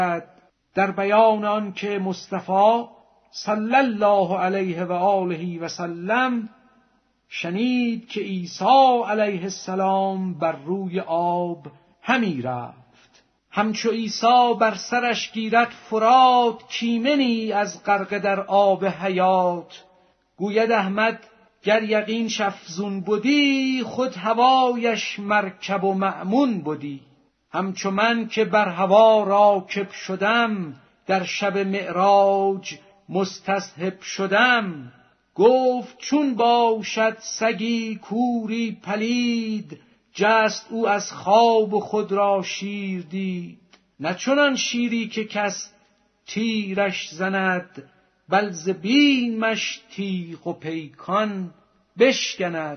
در بیان آن که مصطفی صلی الله علیه و آله و سلم شنید که عیسی علیه السلام بر روی آب همی رفت. همچو عیسی بر سرش گیرد فرات، کیمنی از غرق در آب حیات. گوید احمد گر یقین افزون بودی، خود هوایش مرکب و مأمون بودی. همچو من که بر هوا راکب شدم، در شب معراج مستصحب شدم. گفت چون باشد سگی کوری پلید، جست او از خواب و خود را شیر دید. نه چنان شیری که کس تیرش زند، بل ز بیمش تیغ و پیکان بشکند.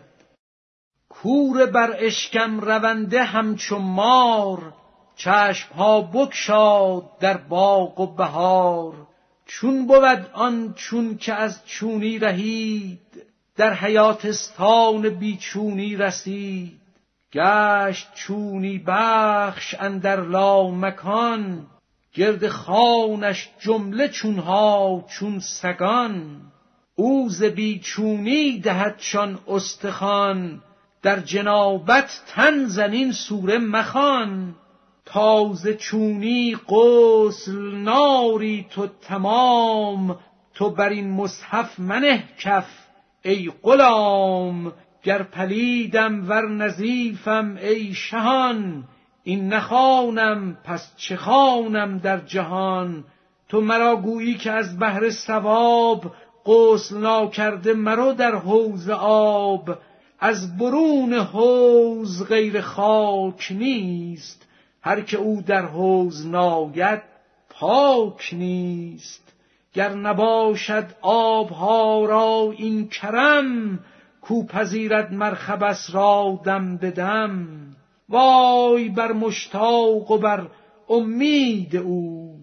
کور بر اشکم رونده همچو مار، چشمها بگشاد در باغ و بهار. چون بود آن چون که از چونی رهید، در حیاتستان بیچونی رسید. گشت چونی بخش اندر لامکان، گرد خوانش جمله چونها چون سگان. او ز بیچونی دهدشان استخوان، در جنابت تن زنین سوره مخوان. تازه چونی غسل ناری تو تمام، تو بر این مصحف منه کف ای غلام. گر پلیدم ور نظیفم ای شهان، این نخوانم پس چه خوانم در جهان. تو مرا گویی که از بهر ثواب، غسل ناکرده مرو در حوض آب. از برون حوض غیر خاک نیست، هر که او در حوض ناید پاک نیست. گر نباشد آبها را این کرم، کو پذیرد مرخبس را دم به دم. وای بر مشتاق و بر امید او،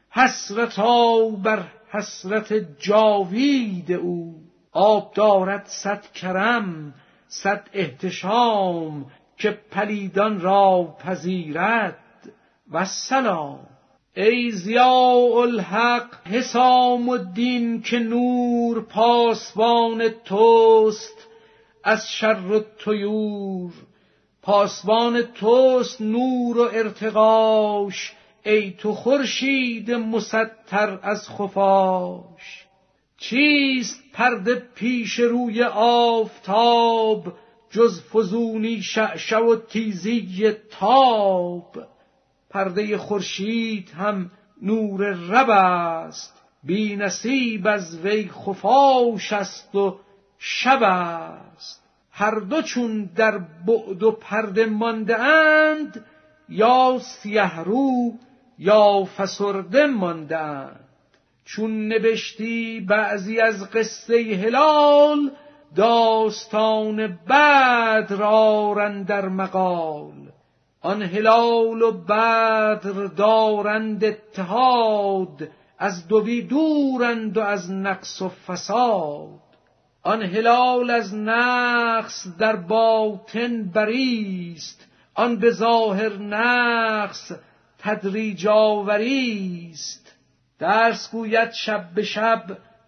حسرتا بر حسرت جاوید او. آب دارد 100 کرم 100 احتشام، که پلیدان را پذیرد والسلام. ای ضیاء الحق حسام الدین، که نور پاسبان توست از شر الطیور. پاسبان توست نور و ارتقاش، ای تو خورشید مستر از خفاش. چیست پرده پیش روی آفتاب، جز فزونی شعشع و تیزی تاب. پرده خورشید هم نور رب است، بی نصیب از وی خفاش است و شب است. هر دو چون در بعد و پرده مانده اند، یا سیه رو یا فسرده مانده اند. چون نبشتی بعضی از قصه هلال، داستان بدر آرند در مقال. آن هلال و بدر دارند اتحاد، از دوی دورند و از نقص و فساد. آن هلال از نقص در باطن بریست، آن به ظاهر نقص تدریج آوریست. درس گوید شب به شب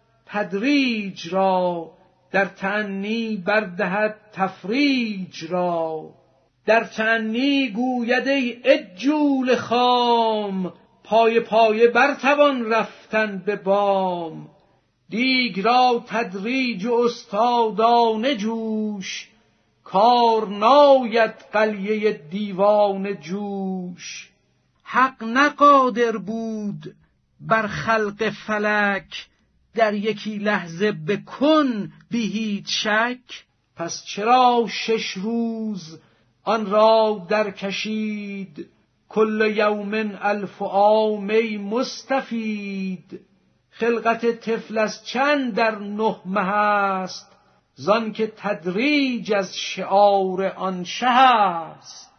تدریج را، در تأنی بردهد تفریج را. در تأنی گوید ای عجول خام، پایه پایه برتوان رفتن به بام. دیگ را تدریج و استادانه جوش، کار ناید قلیه دیوانه جوش. حق نه قادر بود بر خلق فلک، در یکی لحظه بکن بی هیچ شک. پس چرا 6 روز آن را در کشید، کل یوم 1000 عام ای مستفید. خلقت طفل از چند در 9 مه است، زان که تدریج از شعار آن شه است.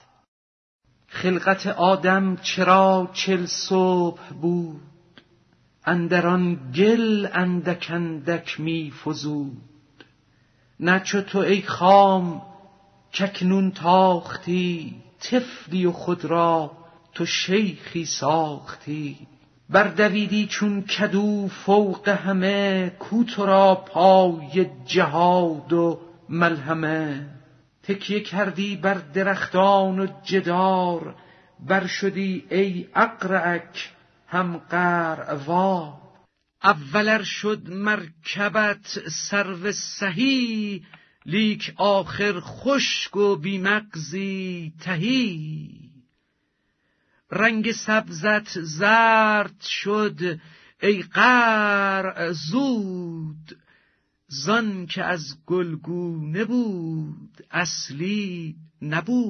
خلقت آدم چرا 40 صبح بود، اندر آن گل اندک اندک می فزود. نه چو تو ای خام کاکنون تاختی، طفلی و خود را تو شیخی ساختی. بردویدی چون کدو فوق همه، کو تو را پای جهاد و ملهمه. تکیه کردی بر درختان و جدار، بر شدی ای اقرعک هم قرعوار. اولر شد مرکبت سرو سهی، لیک آخر خشک و بی مغزی تهی. رنگ سبزت زرد شد ای قرع زود، زان که از گلگونه بود اصلی نبود.